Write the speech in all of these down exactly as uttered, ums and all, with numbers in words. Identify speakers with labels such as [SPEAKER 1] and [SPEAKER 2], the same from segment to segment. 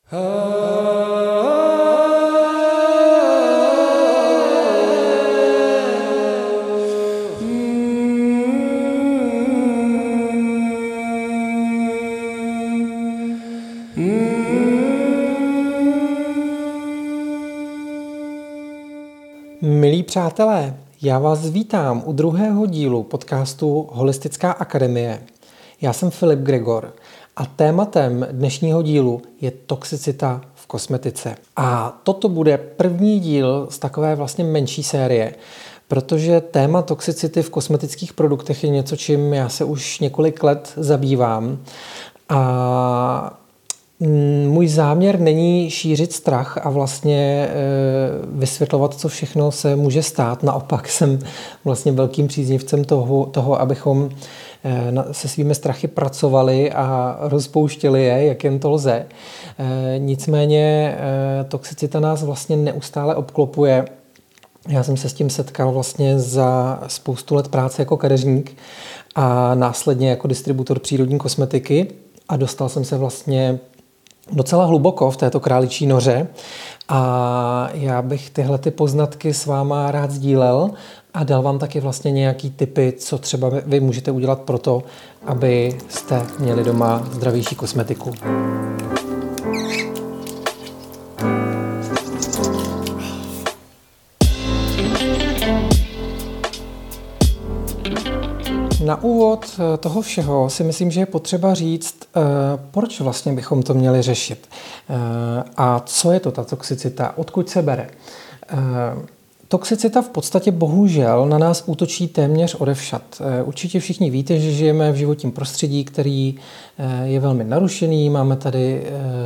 [SPEAKER 1] Milí přátelé, já vás vítám u druhého dílu podcastu Holistická akademie. Já jsem Filip Gregor a tématem dnešního dílu je toxicita v kosmetice. A toto bude první díl z takové vlastně menší série, protože téma toxicity v kosmetických produktech je něco, čím já se už několik let zabývám. A můj záměr není šířit strach a vlastně vysvětlovat, co všechno se může stát. Naopak jsem vlastně velkým příznivcem toho, toho abychom se svými strachy pracovali a rozpouštěli je, jak jen to lze. Nicméně toxicita nás vlastně neustále obklopuje. Já jsem se s tím setkal vlastně za spoustu let práce jako kadeřník a následně jako distributor přírodní kosmetiky a dostal jsem se vlastně docela hluboko v této králičí noře a já bych tyhle ty poznatky s váma rád sdílel a dal vám taky vlastně nějaký tipy, co třeba vy můžete udělat pro to, abyste měli doma zdravější kosmetiku. Na úvod toho všeho si myslím, že je potřeba říct, proč vlastně bychom to měli řešit a co je to ta toxicita, odkud se bere. Toxicita v podstatě bohužel na nás útočí téměř odevšad. Určitě všichni víte, že žijeme v životním prostředí, který je velmi narušený. Máme tady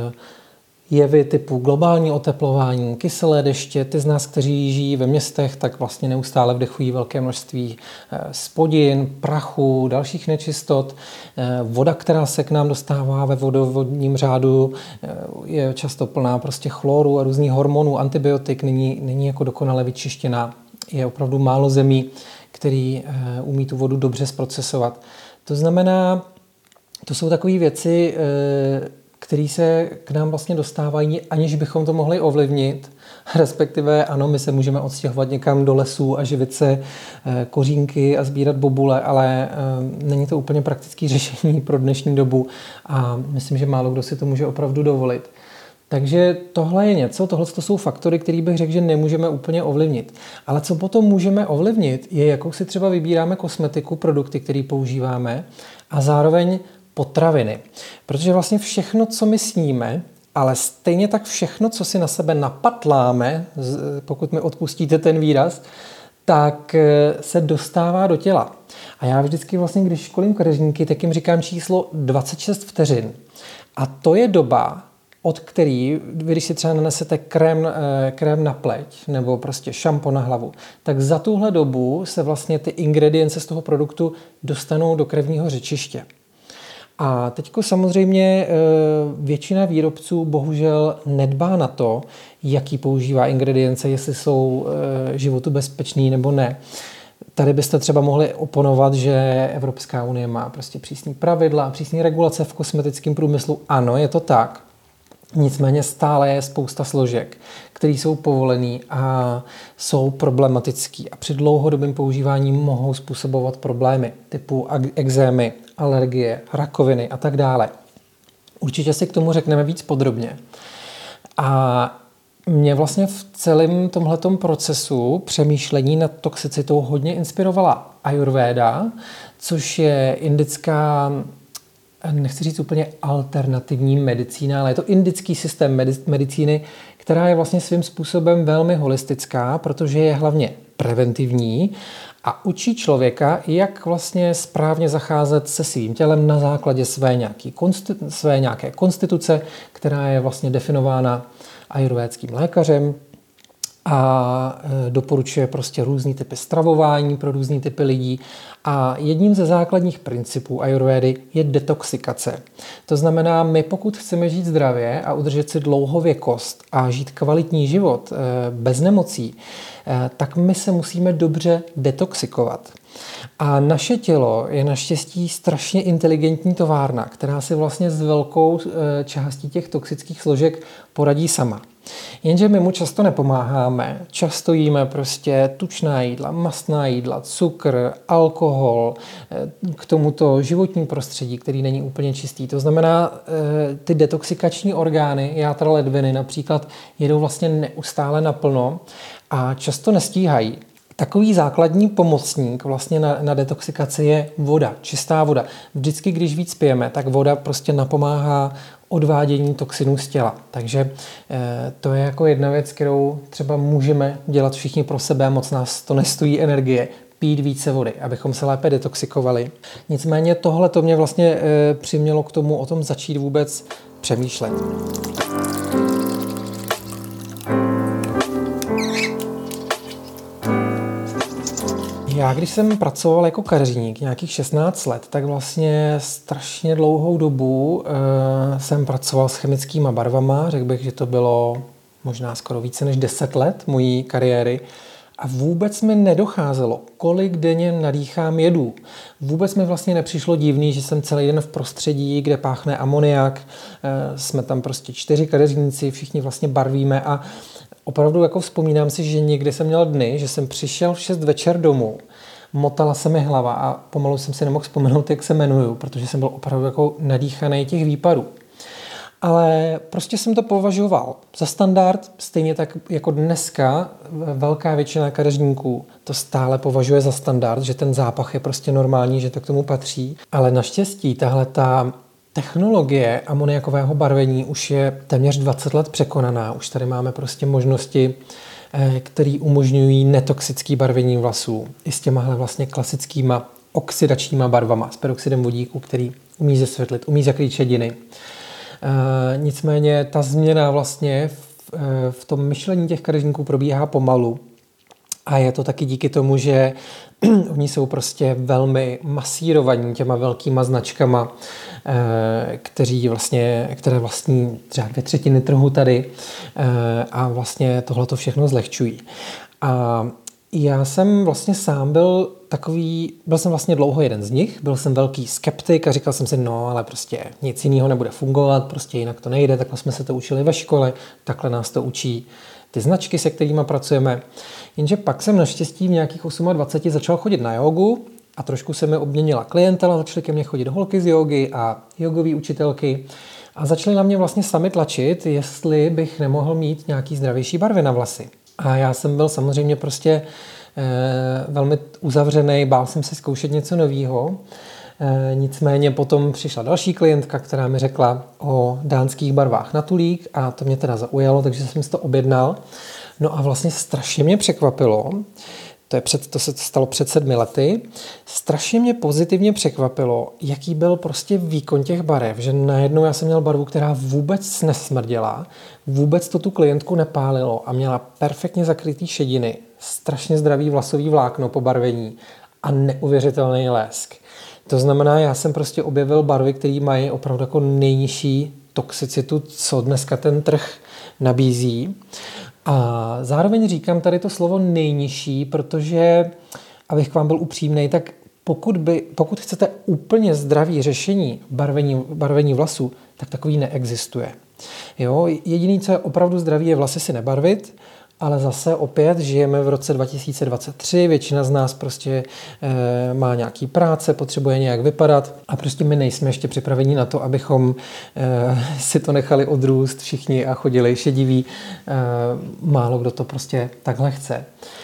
[SPEAKER 1] jevy typu globální oteplování, kyselé deště. Ty z nás, kteří žijí ve městech, tak vlastně neustále vdechují velké množství spodin, prachu, dalších nečistot. Voda, která se k nám dostává ve vodovodním řádu, je často plná prostě chloru a různých hormonů, antibiotik, není, není jako dokonale vyčištěná. Je opravdu málo zemí, který umí tu vodu dobře zprocesovat. To znamená, to jsou takové věci, který se k nám vlastně dostávají, aniž bychom to mohli ovlivnit. Respektive ano, my se můžeme odstěhovat někam do lesů a živit se kořínky a sbírat bobule, ale není to úplně praktické řešení pro dnešní dobu a myslím, že málo kdo si to může opravdu dovolit. Takže tohle je něco, tohle to jsou faktory, které bych řekl, že nemůžeme úplně ovlivnit. Ale co potom můžeme ovlivnit, je, jakou si třeba vybíráme kosmetiku, produkty, které používáme a zároveň potraviny. Protože vlastně všechno, co my sníme, ale stejně tak všechno, co si na sebe napatláme, pokud mi odpustíte ten výraz, tak se dostává do těla. A já vždycky vlastně, když školím kadeřníky, tak jim říkám číslo dvacet šest vteřin. A to je doba, od který, když si třeba nanesete krém, krém na pleť nebo prostě šampo na hlavu, tak za tuhle dobu se vlastně ty ingredience z toho produktu dostanou do krevního řečiště. A teďko samozřejmě většina výrobců bohužel nedbá na to, jaký používá ingredience, jestli jsou životu bezpečný nebo ne. Tady byste třeba mohli oponovat, že Evropská unie má prostě přísný pravidla a přísný regulace v kosmetickém průmyslu. Ano, je to tak. Nicméně stále je spousta složek, které jsou povolený a jsou problematický a při dlouhodobém používání mohou způsobovat problémy typu ekzémy, alergie, rakoviny a tak dále. Určitě si k tomu řekneme víc podrobně. A mě vlastně v celém tomhletom procesu přemýšlení nad toxicitou hodně inspirovala Ayurveda, což je indická, nechci říct úplně alternativní medicína, ale je to indický systém medicíny, která je vlastně svým způsobem velmi holistická, protože je hlavně preventivní a učí člověka, jak vlastně správně zacházet se svým tělem na základě své, nějaký konstitu- své nějaké konstituce, která je vlastně definována ajurvédským lékařem a doporučuje prostě různý typy stravování pro různý typy lidí. A jedním ze základních principů ajurvédy je detoxikace. To znamená, my pokud chceme žít zdravě a udržet si dlouhověkost a žít kvalitní život bez nemocí, tak my se musíme dobře detoxikovat. A naše tělo je naštěstí strašně inteligentní továrna, která si vlastně s velkou částí těch toxických složek poradí sama. Jenže my mu často nepomáháme. Často jíme prostě tučná jídla, mastná jídla, cukr, alkohol, k tomuto životní prostředí, který není úplně čistý. To znamená, ty detoxikační orgány, játra ledviny například, jedou vlastně neustále naplno a často nestíhají. Takový základní pomocník vlastně na, na detoxikaci je voda, čistá voda. Vždycky, když víc pijeme, tak voda prostě napomáhá odvádění toxinů z těla. Takže e, to je jako jedna věc, kterou třeba můžeme dělat všichni pro sebe, moc nás to nestojí energie, pít více vody, abychom se lépe detoxikovali. Nicméně tohle to mě vlastně e, přimělo k tomu o tom začít vůbec přemýšlet. Já, když jsem pracoval jako kadeřník nějakých šestnáct let, tak vlastně strašně dlouhou dobu e, jsem pracoval s chemickýma barvama. Řekl bych, že to bylo možná skoro více než deset let mojí kariéry. A vůbec mi nedocházelo, kolik denně nadýchám jedu. Vůbec mi vlastně nepřišlo divný, že jsem celý den v prostředí, kde páchne amoniak. E, jsme tam prostě čtyři kadeřníci, všichni vlastně barvíme a opravdu jako vzpomínám si, že někdy jsem měl dny, že jsem přišel v šest večer domů, motala se mi hlava a pomalu jsem si nemohl vzpomenout, jak se jmenuju, protože jsem byl opravdu jako nadýchaný těch výpadů. Ale prostě jsem to považoval za standard, stejně tak jako dneska velká většina kadeřníků to stále považuje za standard, že ten zápach je prostě normální, že to k tomu patří. Ale naštěstí tahle ta technologie amoniakového barvení už je téměř dvacet let překonaná. Už tady máme prostě možnosti, které umožňují netoxické barvení vlasů. I s těmahle vlastně klasickýma oxidačníma barvama, s peroxidem vodíku, který umí zesvětlit, umí zakrýt šediny. E, nicméně ta změna vlastně v, v tom myšlení těch kadeřníků probíhá pomalu. A je to taky díky tomu, že oni jsou prostě velmi masírovaní těma velkýma značkama, kteří vlastně, které vlastní třeba dvě třetiny trhu tady a vlastně tohleto všechno zlehčují. A já jsem vlastně sám byl takový, byl jsem vlastně dlouho jeden z nich, byl jsem velký skeptik a říkal jsem si, no ale prostě nic jiného nebude fungovat, prostě jinak to nejde, takhle jsme se to učili ve škole, takhle nás to učí ty značky, se kterými pracujeme. Jenže pak jsem naštěstí v nějakých dvaceti osmi začal chodit na jogu a trošku se mi obměnila klientela, začaly ke mně chodit holky z jogy a jogové učitelky a začaly na mě vlastně sami tlačit, jestli bych nemohl mít nějaký zdravější barvy na vlasy. A já jsem byl samozřejmě prostě e, velmi uzavřený, bál jsem se zkoušet něco nového. E, nicméně potom přišla další klientka, která mi řekla o dánských barvách na tulík a to mě teda zaujalo, takže jsem si to objednal. No a vlastně strašně mě překvapilo, to, je před, to se stalo před sedmi lety, strašně mě pozitivně překvapilo, jaký byl prostě výkon těch barev, že najednou já jsem měl barvu, která vůbec nesmrděla, vůbec to tu klientku nepálilo a měla perfektně zakrytý šediny, strašně zdravý vlasový vlákno po barvení a neuvěřitelný lesk. To znamená, já jsem prostě objevil barvy, které mají opravdu jako nejnižší toxicitu, co dneska ten trh nabízí. A zároveň říkám tady to slovo nejnižší, protože, abych k vám byl upřímnej, tak pokud, by, pokud chcete úplně zdravý řešení barvení, barvení vlasů, tak takový neexistuje. Jo? Jediný, co je opravdu zdravý, je vlasy si nebarvit, ale zase opět žijeme v roce dva tisíce dvacet tři, většina z nás prostě e, má nějaký práce, potřebuje nějak vypadat a prostě my nejsme ještě připraveni na to, abychom e, si to nechali odrůst všichni a chodili šediví. E, málo kdo to prostě takhle chce.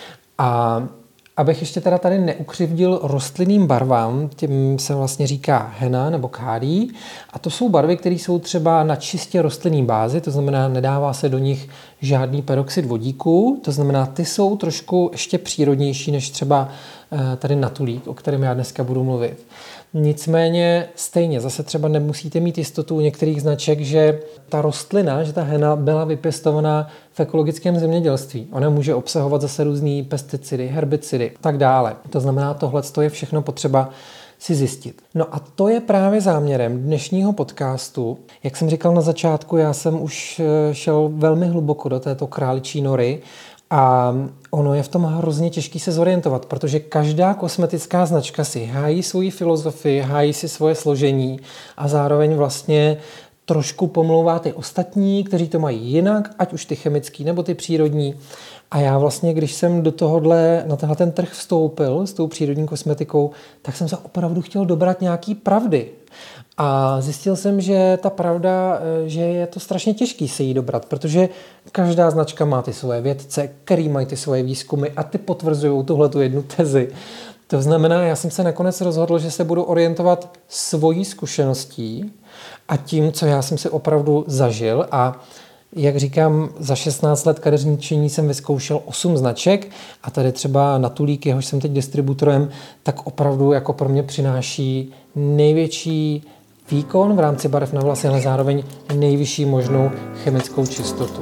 [SPEAKER 1] A abych ještě teda tady neukřivdil rostlinným barvám, tím se vlastně říká henna nebo khadi. A to jsou barvy, které jsou třeba na čistě rostlinný bázi, to znamená, nedává se do nich žádný peroxid vodíku, to znamená, ty jsou trošku ještě přírodnější než třeba tady na tulík, o kterém já dneska budu mluvit. Nicméně stejně, zase třeba nemusíte mít jistotu u některých značek, že ta rostlina, že ta henna byla vypěstovaná v ekologickém zemědělství. Ona může obsahovat zase různý pesticidy, herbicidy a tak dále. To znamená, tohle je všechno potřeba si zjistit. No a to je právě záměrem dnešního podcastu. Jak jsem říkal na začátku, já jsem už šel velmi hluboko do této králičí nory A ono je v tom hrozně těžký se zorientovat, protože každá kosmetická značka si hájí svoji filozofii, hájí si svoje složení a zároveň vlastně trošku pomlouvá ty ostatní, kteří to mají jinak, ať už ty chemický nebo ty přírodní. A já vlastně, když jsem do tohohle, na tenhle ten trh vstoupil s tou přírodní kosmetikou, tak jsem se opravdu chtěl dobrat nějaký pravdy. A zjistil jsem, že ta pravda, že je to strašně těžký se jí dobrat, protože každá značka má ty svoje vědce, který mají ty svoje výzkumy a ty potvrzují tuhletu jednu tezi. To znamená, já jsem se nakonec rozhodl, že se budu orientovat svojí zkušeností a tím, co já jsem si opravdu zažil. A jak říkám, za šestnáct let kadeřničení jsem vyzkoušel osm značek a tady třeba Natulík, jehož jsem teď distributorem, tak opravdu jako pro mě přináší největší výkon v rámci barev na vlasy, ale zároveň nejvyšší možnou chemickou čistotu.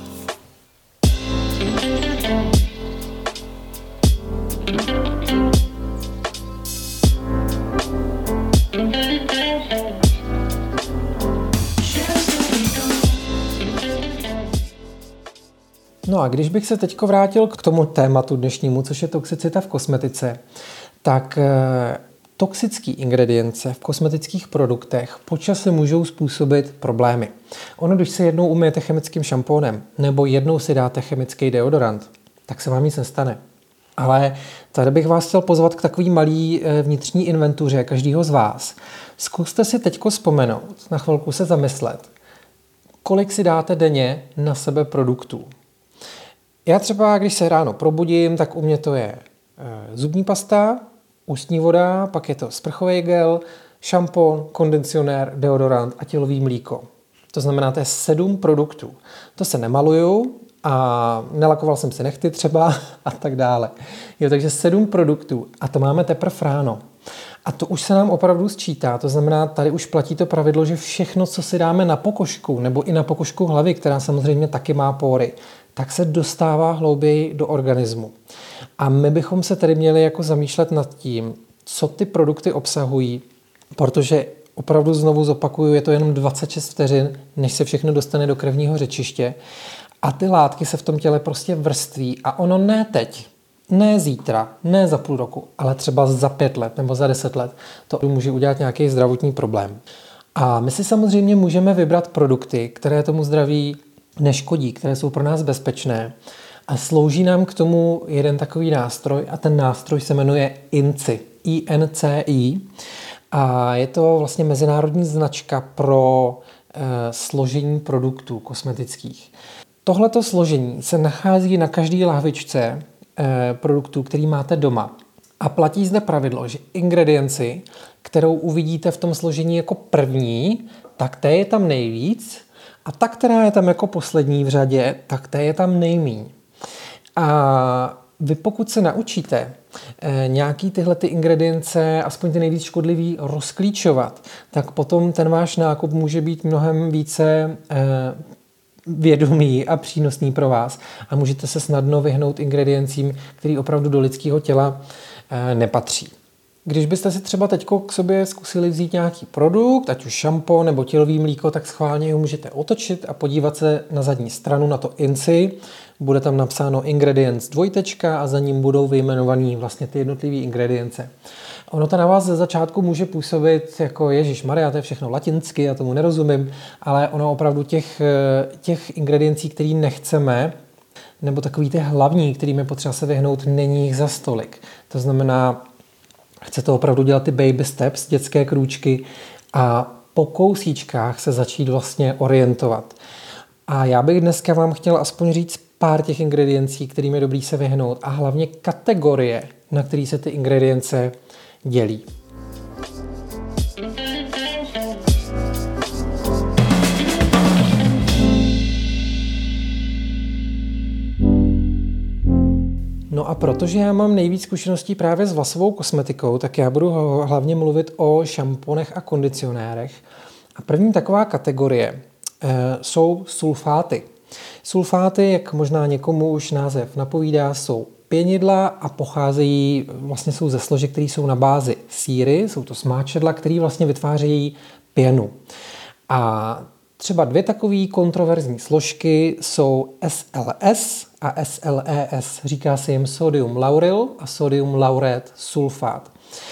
[SPEAKER 1] No a když bych se teď vrátil k tomu tématu dnešnímu, což je toxicita v kosmetice, tak e, toxické ingredience v kosmetických produktech po čase můžou způsobit problémy. Ono, když se jednou umyjete chemickým šampónem nebo jednou si dáte chemický deodorant, tak se vám nic nestane. Ale tady bych vás chtěl pozvat k takový malý e, vnitřní inventuře každého z vás. Zkuste si teďko vzpomenout, na chvilku se zamyslet, kolik si dáte denně na sebe produktů. Já třeba, když se ráno probudím, tak u mě to je e, zubní pasta, ústní voda, pak je to sprchový gel, šampon, kondicionér, deodorant a tělový mlíko. To znamená, to je sedm produktů. To se nemaluju a nelakoval jsem si nehty třeba a tak dále. Jo, takže sedm produktů a to máme teprve ráno. A to už se nám opravdu sčítá, to znamená, tady už platí to pravidlo, že všechno, co si dáme na pokožku nebo i na pokožku hlavy, která samozřejmě taky má pory, tak se dostává hlouběji do organismu. A my bychom se tedy měli jako zamýšlet nad tím, co ty produkty obsahují, protože opravdu znovu zopakuju, je to jenom dvacet šest vteřin, než se všechno dostane do krevního řečiště a ty látky se v tom těle prostě vrství a ono ne teď, ne zítra, ne za půl roku, ale třeba za pět let nebo za deset let to může udělat nějaký zdravotní problém. A my si samozřejmě můžeme vybrat produkty, které tomu zdraví neškodí, které jsou pro nás bezpečné a slouží nám k tomu jeden takový nástroj a ten nástroj se jmenuje I N C I, I N C I a je to vlastně mezinárodní značka pro e, složení produktů kosmetických. Tohleto složení se nachází na každé lahvičce e, produktů, který máte doma a platí zde pravidlo, že ingredienci, kterou uvidíte v tom složení jako první, tak té je tam nejvíc a ta, která je tam jako poslední v řadě, tak té je tam nejmíň. A vy pokud se naučíte eh, nějaký tyhle ty ingredience, aspoň ty nejvíc škodlivý, rozklíčovat, tak potom ten váš nákup může být mnohem více eh, vědomý a přínosný pro vás. A můžete se snadno vyhnout ingrediencím, který opravdu do lidského těla eh, nepatří. Když byste si třeba teď k sobě zkusili vzít nějaký produkt, ať už šampon nebo tělový mlíko, tak schválně ho můžete otočit a podívat se na zadní stranu na to I N C I. Bude tam napsáno ingredients dvojtečka a za ním budou vyjmenovaný vlastně ty jednotlivé ingredience. Ono to na vás ze začátku může působit jako ježišmarja, to je všechno latinsky, já tomu nerozumím, ale ono opravdu těch, těch ingrediencí, který nechceme, nebo takový ty hlavní, kterým je potřeba se vyhnout, není jich za stolik. To znamená, chcete opravdu dělat ty baby steps, dětské krůčky a po kousíčkách se začít vlastně orientovat. A já bych dneska vám chtěl aspoň říct pár těch ingrediencí, kterým je dobrý se vyhnout a hlavně kategorie, na který se ty ingredience dělí. No a protože já mám nejvíc zkušeností právě s vlasovou kosmetikou, tak já budu hlavně mluvit o šamponech a kondicionérech. A první taková kategorie e, jsou sulfáty. Sulfáty, jak možná někomu už název napovídá, jsou pěnidla a pocházejí, vlastně jsou ze složek, které jsou na bázi síry, jsou to smáčedla, které vlastně vytvářejí pěnu. A Třeba dvě takové kontroverzní složky jsou S L S a S L E S. Říká se jim sodium lauryl a sodium lauret sulfát.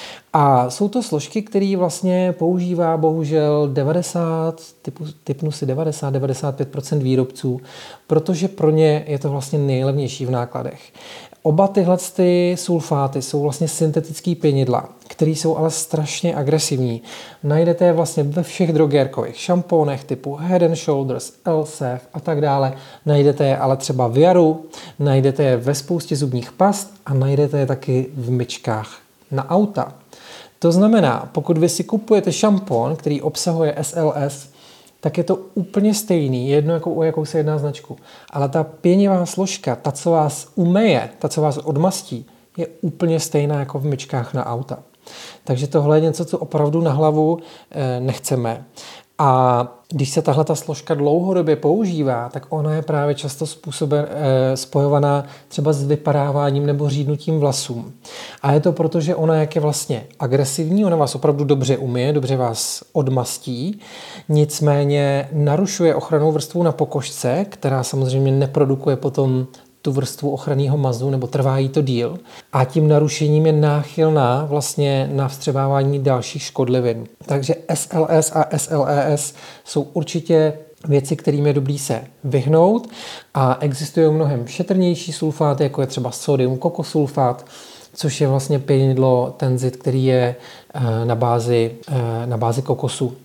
[SPEAKER 1] A jsou to složky, které vlastně používá bohužel devadesát, typu, typnu si devadesát až devadesát pět procent výrobců, protože pro ně je to vlastně nejlevnější v nákladech. Oba tyhle ty sulfáty jsou vlastně syntetický pěnidla, které jsou ale strašně agresivní. Najdete je vlastně ve všech drogérkových šampónech typu Head and Shoulders, Elseve a tak dále. Najdete je ale třeba v Jaru, najdete je ve spoustě zubních past a najdete je taky v myčkách na auta. To znamená, pokud vy si kupujete šampon, který obsahuje S L S, tak je to úplně stejný, jedno jako o jakou se jedná značku. Ale ta pěnivá složka, ta, co vás umeje, ta, co vás odmastí, je úplně stejná jako v myčkách na auta. Takže tohle je něco, co opravdu na hlavu e, nechceme. A když se tahle ta složka dlouhodobě používá, tak ona je právě často způsobem e, spojovaná třeba s vypadáváním nebo řídnutím vlasům. A je to proto, že ona jak je vlastně agresivní, ona vás opravdu dobře umyje, dobře vás odmastí, nicméně narušuje ochrannou vrstvu na pokožce, která samozřejmě neprodukuje potom tu vrstvu ochranného mazu, nebo trvá jí to díl. A tím narušením je náchylná vlastně na vstřebávání dalších škodlivin. Takže S L S a S L E S jsou určitě věci, kterým je dobrý se vyhnout. A existují mnohem šetrnější sulfáty, jako je třeba sodium kokosulfát, což je vlastně pěnidlo tenzit, který je na bázi, na bázi kokosu.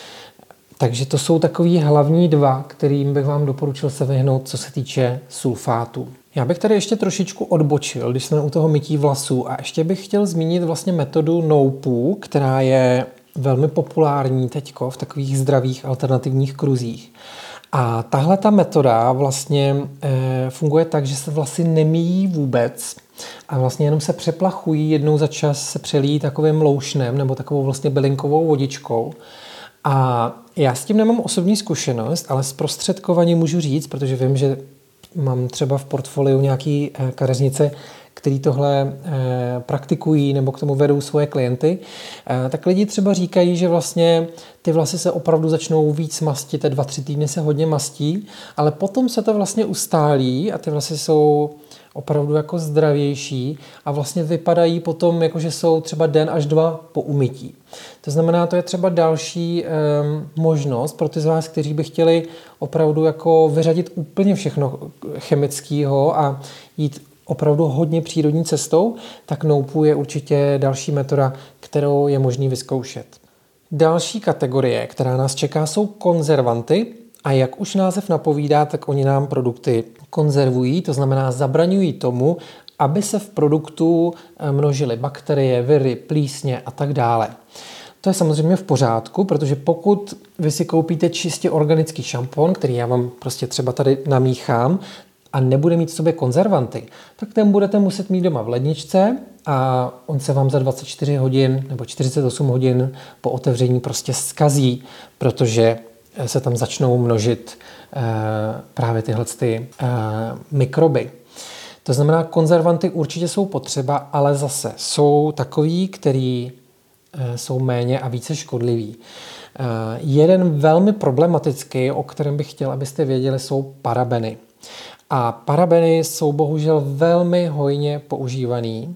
[SPEAKER 1] Takže to jsou takový hlavní dva, kterým bych vám doporučil se vyhnout, co se týče sulfátu. Já bych tady ještě trošičku odbočil, když jsme u toho mytí vlasů, a ještě bych chtěl zmínit vlastně metodu NoPoo, která je velmi populární teďko v takových zdravých alternativních kruzích. A tahle ta metoda vlastně e, funguje tak, že se vlasy nemíjí vůbec a vlastně jenom se přeplachují, jednou za čas se přelíjí takovým loušnem nebo takovou vlastně bylinkovou vodičkou. A já s tím nemám osobní zkušenost, ale zprostředkovaně můžu říct, protože vím, že mám třeba v portfoliu nějaký kadeřnice, který tohle praktikují nebo k tomu vedou svoje klienty, tak lidi třeba říkají, že vlastně ty vlasy se opravdu začnou víc mastit, dva, tři týdny se hodně mastí, ale potom se to vlastně ustálí a ty vlasy jsou opravdu jako zdravější a vlastně vypadají potom, jako že jsou třeba den až dva po umytí. To znamená, to je třeba další um, možnost pro ty z vás, kteří by chtěli opravdu jako vyřadit úplně všechno chemického a jít opravdu hodně přírodní cestou, tak NoPoo je určitě další metoda, kterou je možný vyzkoušet. Další kategorie, která nás čeká, jsou konzervanty. A jak už název napovídá, tak oni nám produkty konzervují, to znamená zabraňují tomu, aby se v produktu množily bakterie, viry, plísně a tak dále. To je samozřejmě v pořádku, protože pokud vy si koupíte čistě organický šampon, který já vám prostě třeba tady namíchám, a nebude mít v sobě konzervanty, tak ten budete muset mít doma v ledničce a on se vám za dvacet čtyři hodin nebo čtyřicet osm hodin po otevření prostě zkazí, protože se tam začnou množit e, právě tyhle ty, e, mikroby. To znamená, konzervanty určitě jsou potřeba, ale zase jsou takový, který e, jsou méně a více škodliví. E, jeden velmi problematický, o kterém bych chtěl, abyste věděli, jsou parabeny. A parabeny jsou bohužel velmi hojně používaný.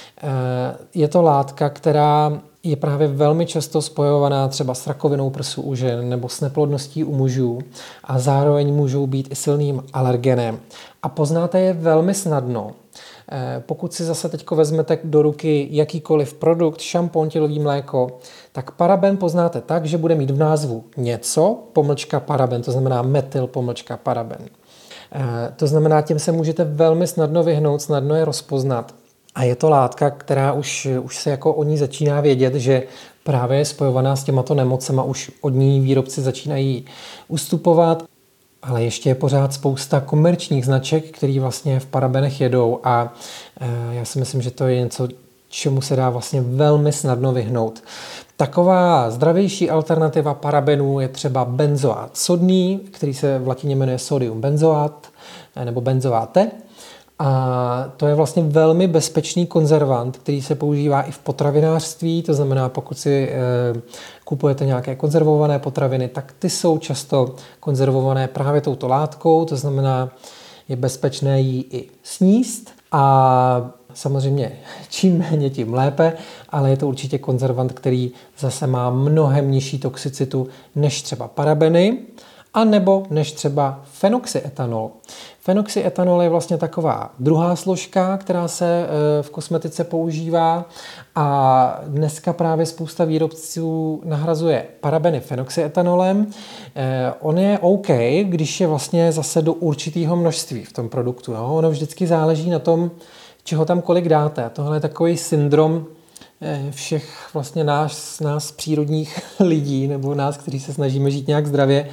[SPEAKER 1] Je to látka, která je právě velmi často spojovaná třeba s rakovinou prsu u žen nebo s neplodností u mužů a zároveň můžou být i silným alergenem. A poznáte je velmi snadno. Pokud si zase teď vezmete do ruky jakýkoliv produkt, šampon, tělový mléko, tak paraben poznáte tak, že bude mít v názvu něco, pomlčka paraben, to znamená metyl, pomlčka paraben. To znamená, tím se můžete velmi snadno vyhnout, snadno je rozpoznat. A je to látka, která už, už se jako o ní začíná vědět, že právě je spojovaná s těmato nemocema, už od ní výrobci začínají ustupovat, ale ještě je pořád spousta komerčních značek, které vlastně v parabenech jedou a já si myslím, že to je něco, čemu se dá vlastně velmi snadno vyhnout. Taková zdravější alternativa parabenů je třeba benzoát sodný, který se v latině jmenuje sodium benzoat nebo benzoáte. A to je vlastně velmi bezpečný konzervant, který se používá i v potravinářství, to znamená, pokud si e, kupujete nějaké konzervované potraviny, tak ty jsou často konzervované právě touto látkou, to znamená, je bezpečné ji i sníst a samozřejmě čím méně, tím lépe, ale je to určitě konzervant, který zase má mnohem nižší toxicitu než třeba parabeny, a nebo než třeba fenoxyetanol. Fenoxyetanol je vlastně taková druhá složka, která se v kosmetice používá a dneska právě spousta výrobců nahrazuje parabeny fenoxyetanolem. On je OK, když je vlastně zase do určitého množství v tom produktu. Jo? Ono vždycky záleží na tom, čeho tam kolik dáte. Tohle je takový syndrom všech vlastně nás, nás přírodních lidí nebo nás, kteří se snažíme žít nějak zdravě.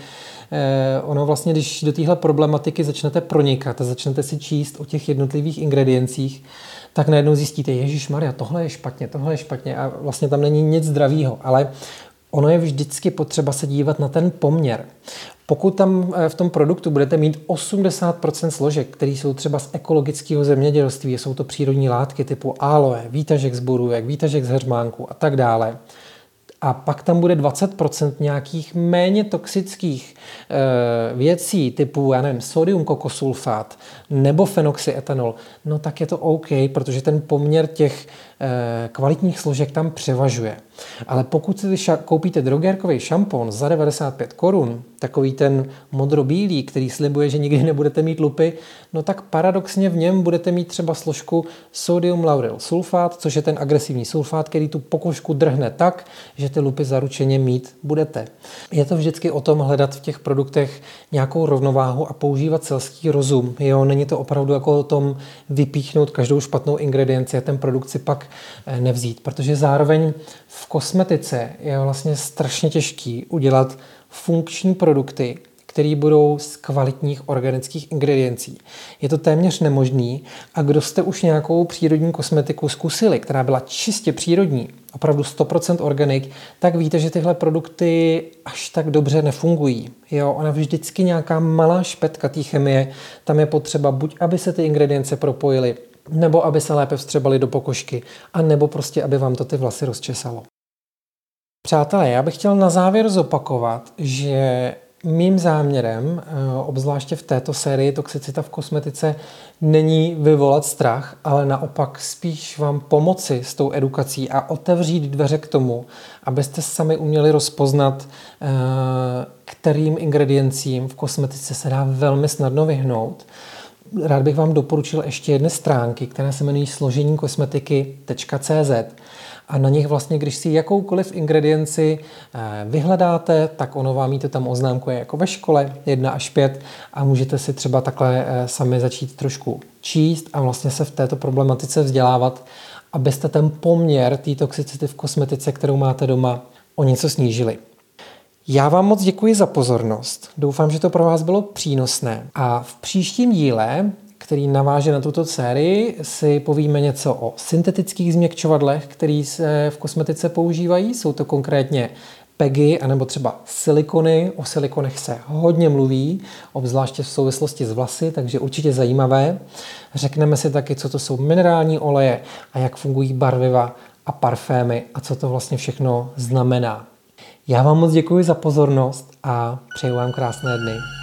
[SPEAKER 1] Ono vlastně, když do téhle problematiky začnete pronikat a začnete si číst o těch jednotlivých ingrediencích, tak najednou zjistíte, ježišmarja, tohle je špatně, tohle je špatně a vlastně tam není nic zdravého, ale ono je vždycky potřeba se dívat na ten poměr. Pokud tam v tom produktu budete mít osmdesát procent složek, které jsou třeba z ekologického zemědělství, jsou to přírodní látky typu aloe, výtažek z borůvek, výtažek z heřmánku a tak dále, a pak tam bude dvacet procent nějakých méně toxických e, věcí typu, já nevím, sodium kokosulfát nebo fenoxyetanol, no tak je to OK, protože ten poměr těch e, kvalitních složek tam převažuje. Ale pokud si ša- koupíte drogérkový šampon za devadesát pět korun, takový ten modrobílý, který slibuje, že nikdy nebudete mít lupy, no tak paradoxně v něm budete mít třeba složku sodium lauryl sulfát, což je ten agresivní sulfát, který tu pokožku drhne tak, že ty lupy zaručeně mít budete. Je to vždycky o tom hledat v těch produktech nějakou rovnováhu a používat selský rozum. Jo, není to opravdu jako o tom vypíchnout každou špatnou ingredienci a ten produkt si pak nevzít, protože zároveň v kosmetice je vlastně strašně těžký udělat funkční produkty, které budou z kvalitních organických ingrediencí. Je to téměř nemožný a kdo jste už nějakou přírodní kosmetiku zkusili, která byla čistě přírodní, opravdu sto procent organic, tak víte, že tyhle produkty až tak dobře nefungují. Jo, ona vždycky nějaká malá špetka té chemie, tam je potřeba buď, aby se ty ingredience propojily, nebo aby se lépe vstřebaly do pokožky, a nebo prostě, aby vám to ty vlasy rozčesalo. Přátelé, já bych chtěl na závěr zopakovat, že mým záměrem, obzvláště v této sérii Toxicita v kosmetice, není vyvolat strach, ale naopak spíš vám pomoci s tou edukací a otevřít dveře k tomu, abyste sami uměli rozpoznat, kterým ingrediencím v kosmetice se dá velmi snadno vyhnout. Rád bych vám doporučil ještě jedny stránky, které se jmenují složení kosmetiky tečka cé zet. A na nich vlastně, když si jakoukoliv ingredienci vyhledáte, tak ono vám jí to tam oznámkuje jako ve škole, jedna až pět, a můžete si třeba takhle sami začít trošku číst a vlastně se v této problematice vzdělávat, abyste ten poměr té toxicity v kosmetice, kterou máte doma, o něco snížili. Já vám moc děkuji za pozornost. Doufám, že to pro vás bylo přínosné. A v příštím díle, který naváže na tuto sérii, si povíme něco o syntetických změkčovadlech, které se v kosmetice používají. Jsou to konkrétně PEGy anebo třeba silikony. O silikonech se hodně mluví, obzvláště v souvislosti s vlasy, takže určitě zajímavé. Řekneme si taky, co to jsou minerální oleje a jak fungují barviva a parfémy a co to vlastně všechno znamená. Já vám moc děkuji za pozornost a přeju vám krásné dny.